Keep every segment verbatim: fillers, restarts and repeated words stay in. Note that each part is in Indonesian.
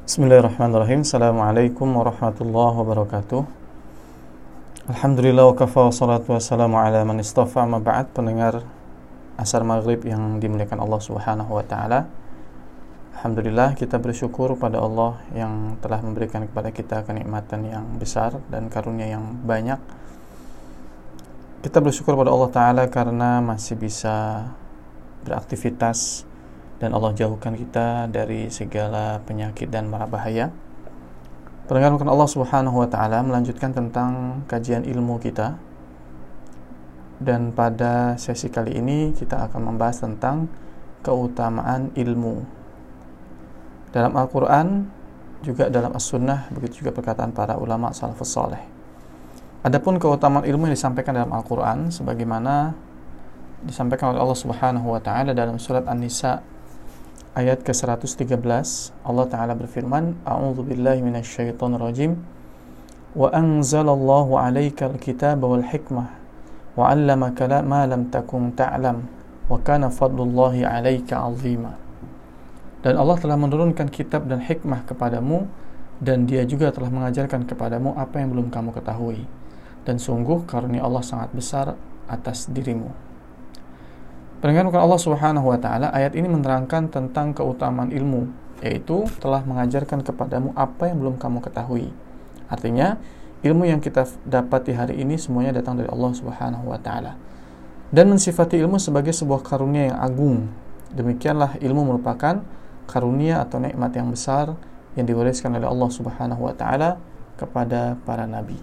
Bismillahirrahmanirrahim. Assalamualaikum warahmatullahi wabarakatuh. Alhamdulillah wa kafa wa salatu wassalamu ala man istafa, ma ba'd. Pendengar Asar Maghrib yang dimuliakan Allah Subhanahu wa taala. Alhamdulillah, kita bersyukur pada Allah yang telah memberikan kepada kita kenikmatan yang besar dan karunia yang banyak. Kita bersyukur pada Allah taala karena masih bisa beraktivitas dan Allah jauhkan kita dari segala penyakit dan mara bahaya. Pendengar Allah Subhanahu wa taala melanjutkan tentang kajian ilmu kita. Dan pada sesi kali ini kita akan membahas tentang keutamaan ilmu. Dalam Al-Qur'an juga dalam As-Sunnah, begitu juga perkataan para ulama salafus saleh. Adapun keutamaan ilmu yang disampaikan dalam Al-Qur'an sebagaimana disampaikan oleh Allah Subhanahu wa taala dalam surat An-Nisa ayat ke seratus tiga belas, Allah Ta'ala berfirman, A'udzu billahi minasyaitonir rajim, wa anzalallahu 'alaikal kitaba wal hikmah wa 'allamaka ma lam takun ta'lam wa kana fadlullahi 'alaika 'azima. Dan Allah telah menurunkan kitab dan hikmah kepadamu, dan Dia juga telah mengajarkan kepadamu apa yang belum kamu ketahui, dan sungguh karunia Allah sangat besar atas dirimu. Pendengar Allah Subhanahu wa taala, ayat ini menerangkan tentang keutamaan ilmu, yaitu telah mengajarkan kepadamu apa yang belum kamu ketahui. Artinya, ilmu yang kita dapati hari ini semuanya datang dari Allah Subhanahu wa taala. Dan mensifati ilmu sebagai sebuah karunia yang agung. Demikianlah ilmu merupakan karunia atau nikmat yang besar yang diwariskan oleh Allah Subhanahu wa taala kepada para nabi.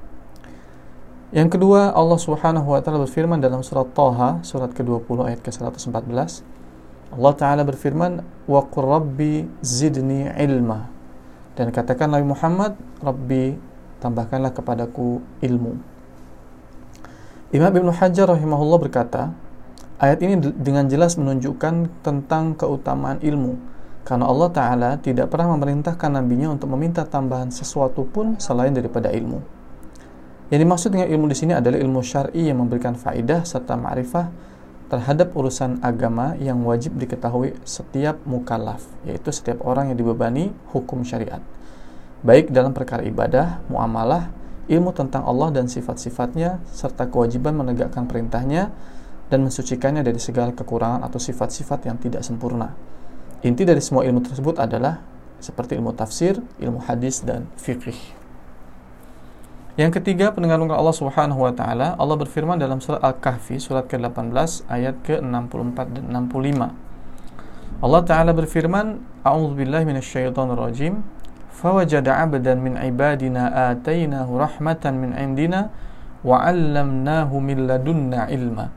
Yang kedua, Allah Subhanahu wa taala berfirman dalam surat Thaha, surat ke dua puluh ayat ke seratus empat belas. Allah Taala berfirman, "Wa qur rabbi zidni ilma." Dan katakan Nabi Muhammad, "Rabbi, tambahkanlah kepadaku ilmu." Imam Ibnu Hajar rahimahullah berkata, ayat ini dengan jelas menunjukkan tentang keutamaan ilmu, karena Allah Taala tidak pernah memerintahkan nabinya untuk meminta tambahan sesuatu pun selain daripada ilmu. Yang dimaksud dengan ilmu di sini adalah ilmu syar'i yang memberikan faedah serta ma'rifah terhadap urusan agama yang wajib diketahui setiap mukallaf, yaitu setiap orang yang dibebani hukum syariat, baik dalam perkara ibadah, muamalah, ilmu tentang Allah dan sifat-sifatnya, serta kewajiban menegakkan perintahnya dan mensucikannya dari segala kekurangan atau sifat-sifat yang tidak sempurna. Inti dari semua ilmu tersebut adalah seperti ilmu tafsir, ilmu hadis, dan fiqh. Yang ketiga, pendengar Allah Subhanahu wa taala, Allah berfirman dalam surat Al-Kahfi surat ke delapan belas ayat ke enam puluh empat dan enam puluh lima. Allah Taala berfirman, A'udzu billahi minasyaitonir rajim, fawajada 'abdan min ibadina atainahu rahmatan min 'indina wa 'allamnahu min ladunna ilma.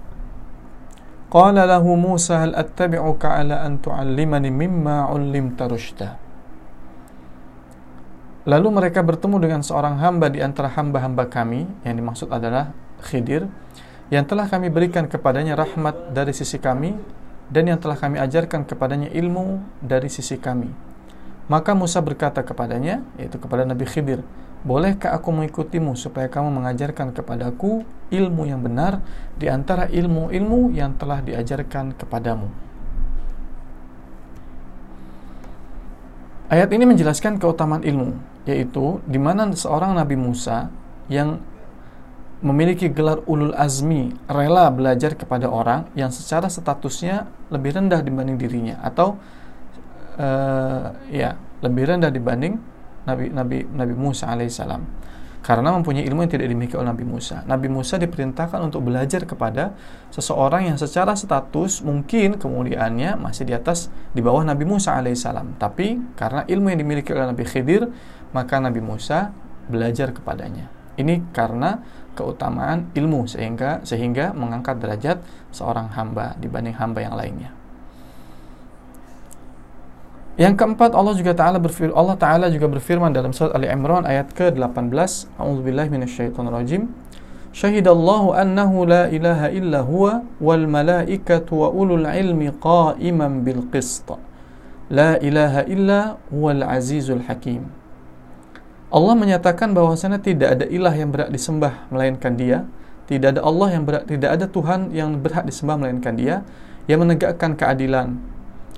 Qala lahu Musa hal attabi'uka 'ala an tu'allimani mimma 'ullimta rusyda. Lalu mereka bertemu dengan seorang hamba di antara hamba-hamba kami, yang dimaksud adalah Khidir, yang telah kami berikan kepadanya rahmat dari sisi kami, dan yang telah kami ajarkan kepadanya ilmu dari sisi kami. Maka Musa berkata kepadanya, yaitu kepada Nabi Khidir, bolehkah aku mengikutimu supaya kamu mengajarkan kepadaku ilmu yang benar di antara ilmu-ilmu yang telah diajarkan kepadamu. Ayat ini menjelaskan keutamaan ilmu, yaitu di mana seorang Nabi Musa yang memiliki gelar ulul azmi rela belajar kepada orang yang secara statusnya lebih rendah dibanding dirinya, atau uh, ya lebih rendah dibanding Nabi Nabi Nabi Musa alaihissalam, karena mempunyai ilmu yang tidak dimiliki oleh Nabi Musa. Nabi Musa diperintahkan untuk belajar kepada seseorang yang secara status mungkin kemuliaannya masih di atas, di bawah Nabi Musa alaihissalam. Tapi karena ilmu yang dimiliki oleh Nabi Khidir, maka Nabi Musa belajar kepadanya. Ini karena keutamaan ilmu, sehingga sehingga mengangkat derajat seorang hamba dibanding hamba yang lainnya. Yang keempat, Allah juga Taala berfirman, Allah Taala juga berfirman dalam surat Ali Imran ayat ke delapan belas, A'udzubillahi minasyaitonirrajim. Syahidallahu annahu la ilaha illa huwa wal malaikatu wa ulul ilmi qa'iman bil qist. La ilaha illa huwal azizul hakim. Allah menyatakan bahwasanya tidak ada ilah yang berhak disembah melainkan Dia, tidak ada Allah yang berhak, tidak ada Tuhan yang berhak disembah melainkan Dia, yang menegakkan keadilan.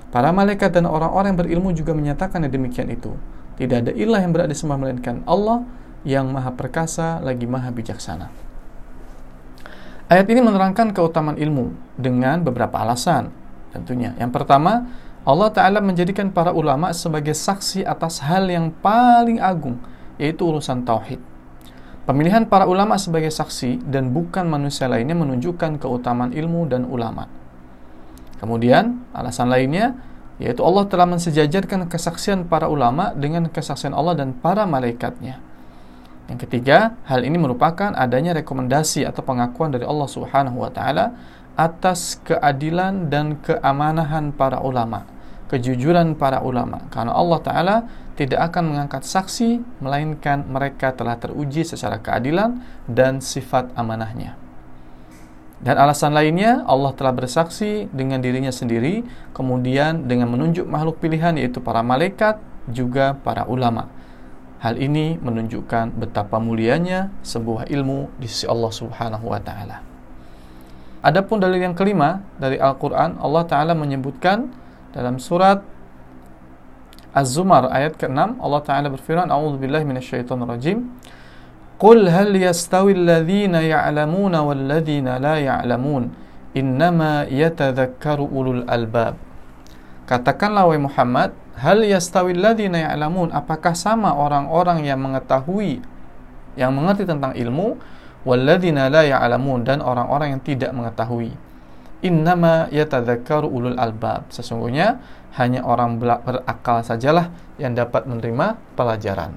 Para malaikat dan orang-orang yang berilmu juga menyatakan yang demikian itu. Tidak ada ilah yang berhak disembah melainkan Allah yang maha perkasa lagi maha bijaksana. Ayat ini menerangkan keutamaan ilmu dengan beberapa alasan tentunya. Yang pertama, Allah Ta'ala menjadikan para ulama sebagai saksi atas hal yang paling agung, yaitu urusan tauhid. Pemilihan para ulama sebagai saksi dan bukan manusia lainnya menunjukkan keutamaan ilmu dan ulama. Kemudian, alasan lainnya, yaitu Allah telah mensejajarkan kesaksian para ulama dengan kesaksian Allah dan para malaikatnya. Yang ketiga, hal ini merupakan adanya rekomendasi atau pengakuan dari Allah Subhanahu wa Ta'ala atas keadilan dan keamanahan para ulama, kejujuran para ulama. Karena Allah Ta'ala tidak akan mengangkat saksi, melainkan mereka telah teruji secara keadilan dan sifat amanahnya. Dan alasan lainnya, Allah telah bersaksi dengan dirinya sendiri, kemudian dengan menunjuk makhluk pilihan, yaitu para malaikat, juga para ulama. Hal ini menunjukkan betapa mulianya sebuah ilmu di sisi Allah Subhanahu wa Ta'ala. Adapun dalil yang kelima dari Al-Quran, Allah Ta'ala menyebutkan dalam surat Az-Zumar ayat keenam, Allah Ta'ala berfirman, A'udzubillahi minasyaitonirrajim, Qul hal yastawi alladhina ya'lamuna walladhina la ya'lamun, innama yatadhakkaru ulul albab. Katakanlah wahai Muhammad, hal yastawi alladhina ya'lamun, apakah sama orang-orang yang mengetahui, yang mengerti tentang ilmu, walladzina la ya'lamun, dan orang-orang yang tidak mengetahui. Innama yatadzakkaru ulul albab, sesungguhnya hanya orang berakal sajalah yang dapat menerima pelajaran.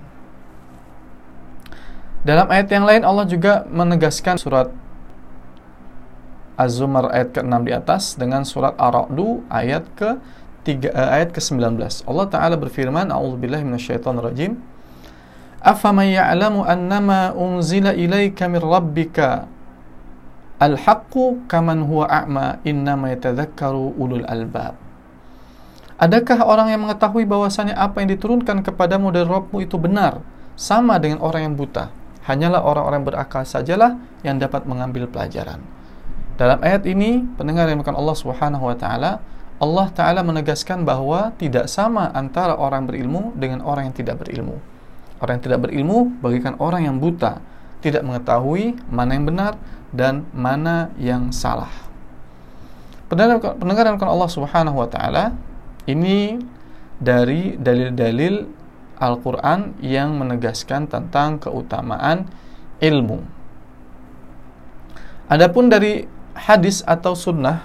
Dalam ayat yang lain Allah juga menegaskan surat Az-Zumar ayat keenam di atas dengan surat Ar-Ra'du ayat ke tiga, ayat ke sembilan belas. Allah Ta'ala berfirman, A'udzubillahi minasyaitonirrajim, Afaman ya'lamu annama unzila ilaika min rabbika al-haqqu kaman huwa a'ma innama yatadzakkaru ulul albab. Adakah orang yang mengetahui bahwasanya apa yang diturunkan kepadamu dari Rabbmu itu benar, sama dengan orang yang buta? Hanyalah orang-orang berakal sajalah yang dapat mengambil pelajaran. Dalam ayat ini, pendengar yang dimuliakan Allah Subhanahu wa Ta'ala, Allah Ta'ala menegaskan bahwa tidak sama antara orang berilmu dengan orang yang tidak berilmu. Orang yang tidak berilmu bagaikan orang yang buta, tidak mengetahui mana yang benar dan mana yang salah. Pendengar yang dimuliakan Allah Subhanahu wa Ta'ala, ini dari dalil-dalil Al-Quran yang menegaskan tentang keutamaan ilmu. Adapun dari hadis atau sunnah,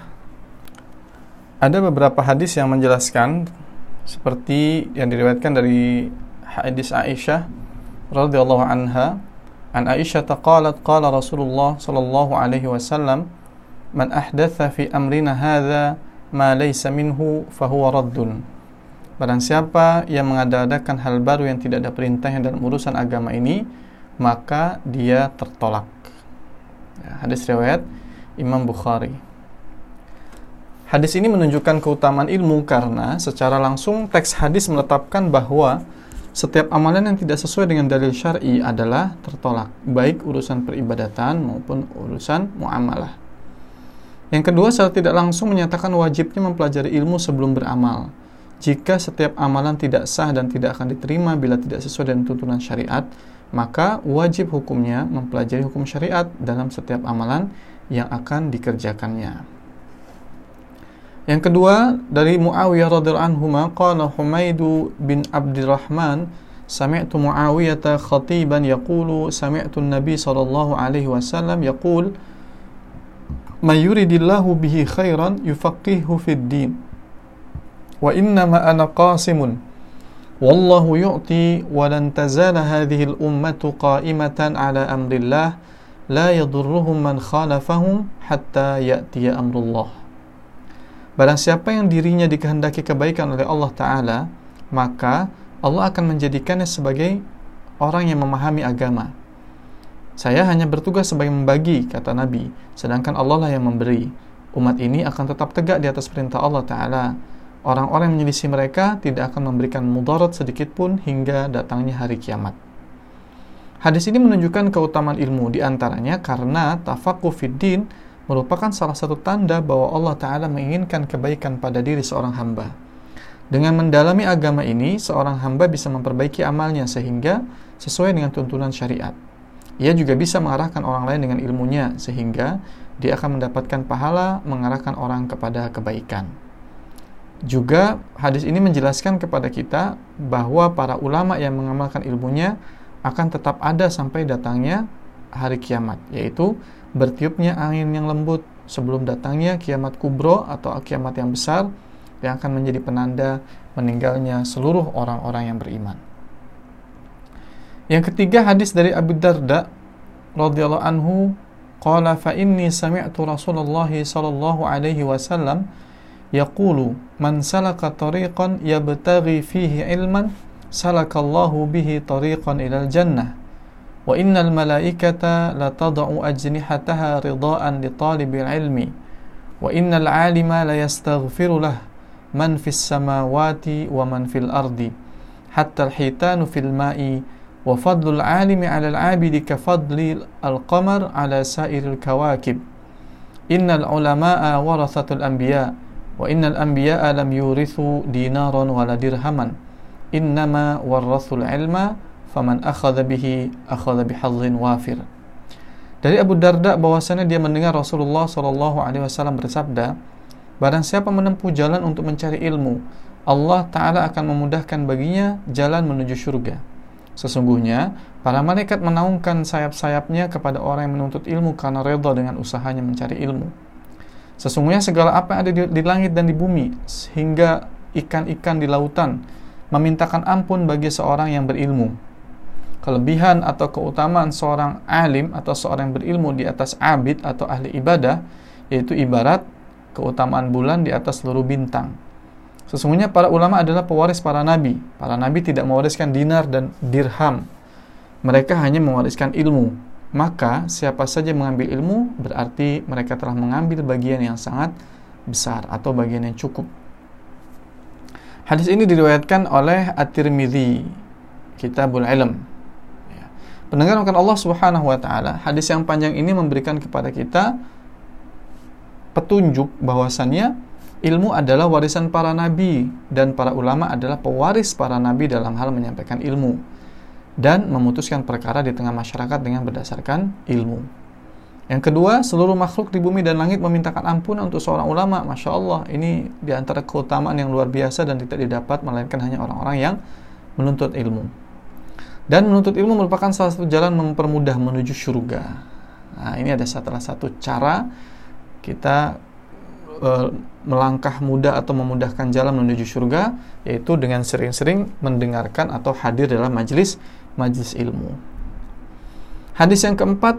ada beberapa hadis yang menjelaskan seperti yang diriwayatkan dari hadis Aisyah radhiyallahu anha, an Aisyah qalat qala Rasulullah sallallahu alaihi wasallam, man ahdatha fi amrina hadza ma laysa minhu fahuwa raddun. Barang siapa yang mengada-adakan hal baru yang tidak ada perintahnya dalam urusan agama ini, maka dia tertolak. Ya, hadis riwayat Imam Bukhari. Hadis ini menunjukkan keutamaan ilmu karena secara langsung teks hadis menetapkan bahwa setiap amalan yang tidak sesuai dengan dalil syar'i adalah tertolak, baik urusan peribadatan maupun urusan muamalah. Yang kedua, secara tidak langsung menyatakan wajibnya mempelajari ilmu sebelum beramal. Jika setiap amalan tidak sah dan tidak akan diterima bila tidak sesuai dengan tuntunan syariat, maka wajib hukumnya mempelajari hukum syariat dalam setiap amalan yang akan dikerjakannya. Yang kedua, dari Muawiyah radhiyallahu anhu, qala Humaydu bin Abdurrahman, sami'tu Muawiyah khatiban yaqulu sami'tu an-nabi sallallahu alaihi wasallam yaqul may yuridillahu bihi khairan yufaqihuhu fid din. Wa innama ana qasimun wallahu yu'ti wa lan tazala hadhihi al-ummatu qa'imatan ala amrillah la yadurruhum man khalafahum hatta ya'tiya amrullah. Barang siapa yang dirinya dikehendaki kebaikan oleh Allah Ta'ala, maka Allah akan menjadikannya sebagai orang yang memahami agama. Saya hanya bertugas sebagai membagi, kata Nabi, sedangkan Allah lah yang memberi. Umat ini akan tetap tegak di atas perintah Allah Ta'ala. Orang-orang yang menyelisih mereka tidak akan memberikan mudarat sedikit pun hingga datangnya hari kiamat. Hadis ini menunjukkan keutamaan ilmu, di antaranya karena tafaqquh fid din merupakan salah satu tanda bahwa Allah Ta'ala menginginkan kebaikan pada diri seorang hamba. Dengan mendalami agama ini, seorang hamba bisa memperbaiki amalnya sehingga sesuai dengan tuntunan syariat. Ia juga bisa mengarahkan orang lain dengan ilmunya sehingga dia akan mendapatkan pahala mengarahkan orang kepada kebaikan. Juga hadis ini menjelaskan kepada kita bahwa para ulama yang mengamalkan ilmunya akan tetap ada sampai datangnya hari kiamat, yaitu bertiupnya angin yang lembut sebelum datangnya kiamat kubro atau kiamat yang besar yang akan menjadi penanda meninggalnya seluruh orang-orang yang beriman. Yang ketiga, hadis dari Abu Darda radhiyallahu anhu, qala fa inni sami'tu Rasulullah sallallahu alaihi wasallam yaqulu man salaka tariqan yabtaghi fihi ilman salakallahu bihi tariqan ilal jannah wa innal malaikata la tad'u ajnihataha ridaan li talibil ilmi wa innal alima la yastaghfiru lahu man fis samawati wa man fil ardi hatta al-hitanu fil ma'i wa fadlul alimi 'ala al-'abidi ka fadli al-qamar 'ala sa'iril kawakib innal ulama'a warathatul anbiya wa innal anbiya'a lam yurithu dinaran wala dirhaman innama warathul ilma faman akhadha bihi akhadha bihadhin wafir. Dari Abu Darda bahwasanya dia mendengar Rasulullah sallallahu alaihi wasallam bersabda, barang siapa menempuh jalan untuk mencari ilmu, Allah Ta'ala akan memudahkan baginya jalan menuju surga. Sesungguhnya, para malaikat menaungkan sayap-sayapnya kepada orang yang menuntut ilmu karena redha dengan usahanya mencari ilmu. Sesungguhnya segala apa yang ada di, di langit dan di bumi, sehingga ikan-ikan di lautan, memintakan ampun bagi seorang yang berilmu. Kelebihan atau keutamaan seorang alim atau seorang yang berilmu di atas abid atau ahli ibadah, yaitu ibarat keutamaan bulan di atas seluruh bintang. Sesungguhnya para ulama adalah pewaris para nabi. Para nabi tidak mewariskan dinar dan dirham. Mereka hanya mewariskan ilmu. Maka siapa saja mengambil ilmu berarti mereka telah mengambil bagian yang sangat besar atau bagian yang cukup. Hadis ini diriwayatkan oleh At-Tirmidzi, Kitabul Ilm. Pendengar maka Allah Subhanahu wa taala, hadis yang panjang ini memberikan kepada kita petunjuk bahwasannya ilmu adalah warisan para nabi dan para ulama adalah pewaris para nabi dalam hal menyampaikan ilmu dan memutuskan perkara di tengah masyarakat dengan berdasarkan ilmu. Yang kedua, seluruh makhluk di bumi dan langit memintakan ampunan untuk seorang ulama. Masya Allah, ini di antara keutamaan yang luar biasa dan tidak didapat melainkan hanya orang-orang yang menuntut ilmu. Dan menuntut ilmu merupakan salah satu jalan mempermudah menuju surga. Nah, ini ada salah satu cara kita e, melangkah mudah atau memudahkan jalan menuju surga, yaitu dengan sering-sering mendengarkan atau hadir dalam majlis majlis ilmu. Hadis yang keempat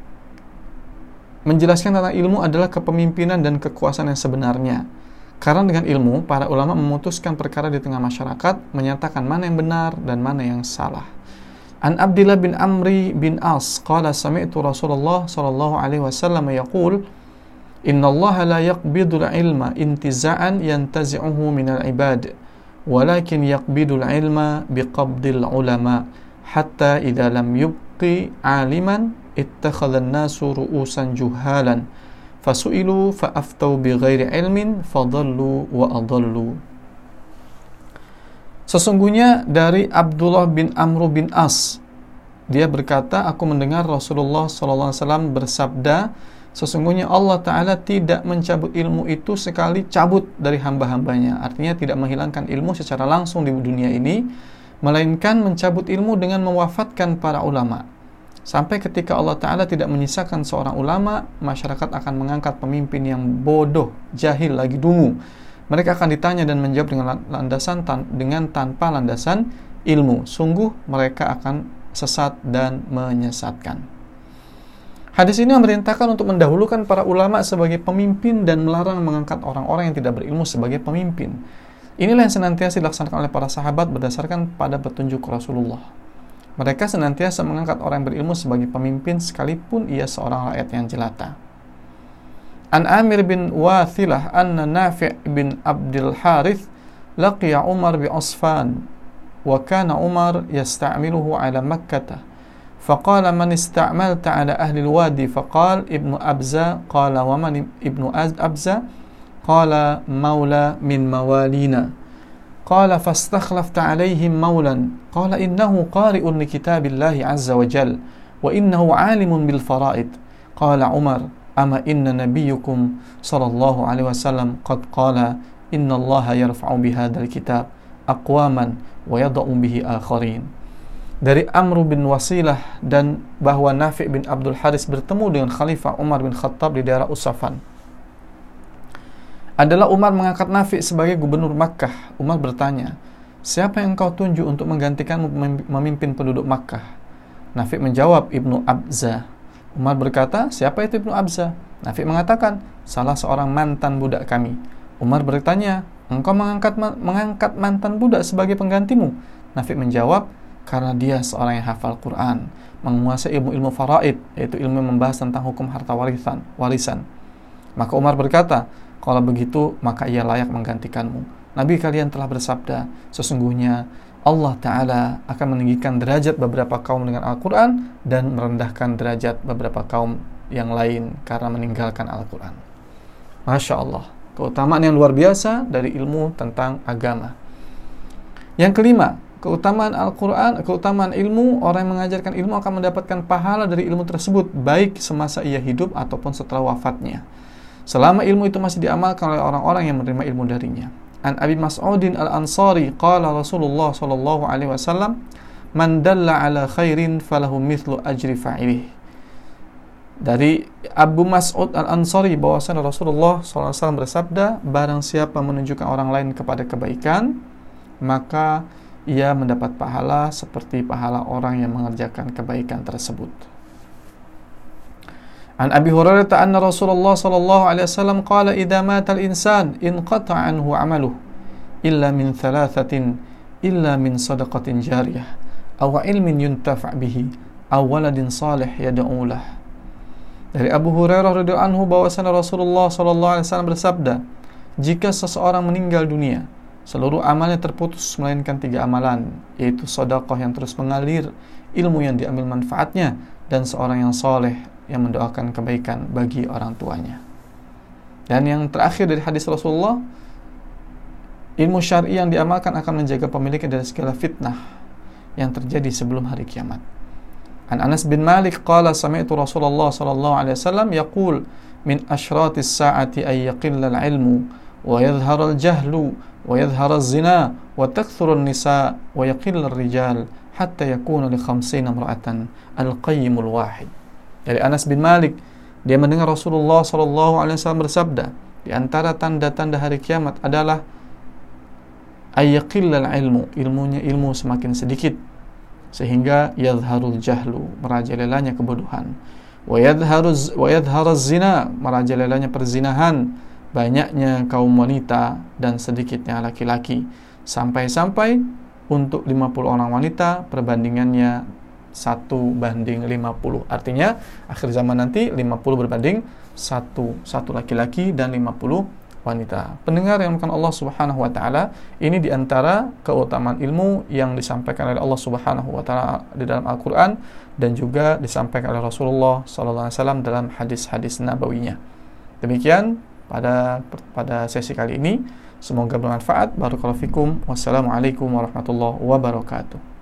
menjelaskan tentang ilmu adalah kepemimpinan dan kekuasaan yang sebenarnya. Karena dengan ilmu, para ulama memutuskan perkara di tengah masyarakat, menyatakan mana yang benar dan mana yang salah. An Abdillah bin Amri bin As qala sami'tu Rasulullah sallallahu alaihi wasallam yaqul inna Allah la yaqbidul ilma intiza'an yantazi'uhu minal ibad walakin yaqbidul ilma biqabdil ulama hatta idza lam yubqi aliman ittakhadha an-nasu ru'usan juhalan fasu'ilu fa'aftau bighairi ilmin fadallu wa adallu. Sesungguhnya dari Abdullah bin Amr bin As, dia berkata, aku mendengar Rasulullah sallallahu alaihi wasallam bersabda, sesungguhnya Allah Ta'ala tidak mencabut ilmu itu sekali cabut dari hamba-hambanya. Artinya tidak menghilangkan ilmu secara langsung di dunia ini, melainkan mencabut ilmu dengan mewafatkan para ulama. Sampai ketika Allah Ta'ala tidak menyisakan seorang ulama, masyarakat akan mengangkat pemimpin yang bodoh, jahil, lagi dungu. Mereka akan ditanya dan menjawab dengan landasan tan- dengan tanpa landasan ilmu. Sungguh mereka akan sesat dan menyesatkan. Hadis ini memerintahkan untuk mendahulukan para ulama sebagai pemimpin dan melarang mengangkat orang-orang yang tidak berilmu sebagai pemimpin. Inilah yang senantiasa dilaksanakan oleh para sahabat berdasarkan pada petunjuk Rasulullah. Mereka senantiasa mengangkat orang yang berilmu sebagai pemimpin sekalipun ia seorang rakyat yang jelata. An Amir bin Wathilah anna Nafi' bin Abdul Harith laqiya Umar bi Asfan wa kana Umar yasta'miluhu ala Makkah faqala man ista'malta ala ahli al-wadi faqala ibnu Abza qala wa man ibnu Abza qala maula min mawalina qala fastakhlafta 'alaihim maulan qala innahu qari'un li kitabillahi 'azza wa jal wa innahu 'alimun bil fara'id qala Umar ama inna nabiyyukum sallallahu alaihi wasallam qad qala inna allaha yarfa'u bihadzal kitab aqwaman wa yada'u bihi akharin. Dari Amr bin Wasilah dan bahwa Nafi' bin Abdul Haris bertemu dengan Khalifah Umar bin Khattab di daerah Usafan. Adalah Umar mengangkat Nafi' sebagai gubernur Makkah. Umar bertanya, siapa yang engkau tunjuk untuk menggantikanmu memimpin penduduk Makkah? Nafi' menjawab, Ibnu Abza. Umar berkata, siapa itu Ibnu Abza? Nafi' mengatakan, salah seorang mantan budak kami. Umar bertanya, engkau mengangkat mengangkat mantan budak sebagai penggantimu? Nafi' menjawab, karena dia seorang yang hafal Quran, menguasai ilmu-ilmu faraid, yaitu ilmu yang membahas tentang hukum harta warisan. warisan. Maka Umar berkata, kalau begitu maka ia layak menggantikanmu. Nabi kalian telah bersabda, sesungguhnya Allah Ta'ala akan meninggikan derajat beberapa kaum dengan Al-Quran dan merendahkan derajat beberapa kaum yang lain karena meninggalkan Al-Quran. Masya Allah, keutamaan yang luar biasa dari ilmu tentang agama. Yang kelima, keutamaan Al-Quran, keutamaan ilmu, orang yang mengajarkan ilmu akan mendapatkan pahala dari ilmu tersebut, baik semasa ia hidup ataupun setelah wafatnya, selama ilmu itu masih diamalkan oleh orang-orang yang menerima ilmu darinya. An Abi Mas'udin Al-Ansari qala Rasulullah sallallahu alaihi wasallam, man dalla ala khairin falahu mithlu ajri fa'ilih. Dari Abu Mas'ud Al-Ansari bahwasanya Rasulullah sallallahu alaihi wasallam bersabda, barang siapa menunjukkan orang lain kepada kebaikan, maka ia mendapat pahala seperti pahala orang yang mengerjakan kebaikan tersebut. An Abi Hurairah anna Rasulullah sallallahu alaihi wasallam qala idza mata al-insan inqata'a anhu 'amaluhu illa min thalathatin illa min shadaqatin jariyah aw ilmin yuntafa' bihi aw waladin salih yad'u lah. Dari Abu Hurairah radhiyallahu anhu bahwasanya Rasulullah sallallahu alaihi wasallam bersabda, jika seseorang meninggal dunia, seluruh amalnya terputus melainkan tiga amalan, yaitu sedekah yang terus mengalir, ilmu yang diambil manfaatnya, dan seorang yang soleh yang mendoakan kebaikan bagi orang tuanya. Dan yang terakhir dari hadis Rasulullah, ilmu syar'i yang diamalkan akan menjaga pemiliknya dari segala fitnah yang terjadi sebelum hari kiamat. An Anas bin Malik qala sami'tu Rasulullah sallallahu alaihi wasallam yaqul min asyratis sa'ati ay yaqilla al-ilmu wa yadhhara al-jahlu wa yadhhara az-zina wa takthuru an-nisa wa yaqilla ar-rijal hatta yakuna li khamsina imra'atan al-qayyimul wahid. Dari Anas bin Malik, dia mendengar Rasulullah sallallahu alaihi wasallam bersabda, di antara tanda-tanda hari kiamat adalah ayyaqillal ilmu, ilmunya ilmu semakin sedikit sehingga yadhharul jahlu, merajalelanya kebodohan, wa yadhharuz wa yadhharuz zina, merajalelanya perzinahan, banyaknya kaum wanita dan sedikitnya laki-laki, sampai-sampai untuk lima puluh orang wanita perbandingannya satu banding lima puluh. Artinya akhir zaman nanti lima puluh berbanding satu, satu laki-laki dan lima puluh wanita. Pendengar yang dimuliakan Allah Subhanahu wa taala, ini diantara keutamaan ilmu yang disampaikan oleh Allah Subhanahu wa taala di dalam Al-Qur'an dan juga disampaikan oleh Rasulullah sallallahu alaihi wasallam dalam hadis-hadis nabawinya. Demikian pada pada sesi kali ini, semoga bermanfaat. Barakallahu fikum. Wassalamualaikum warahmatullahi wabarakatuh.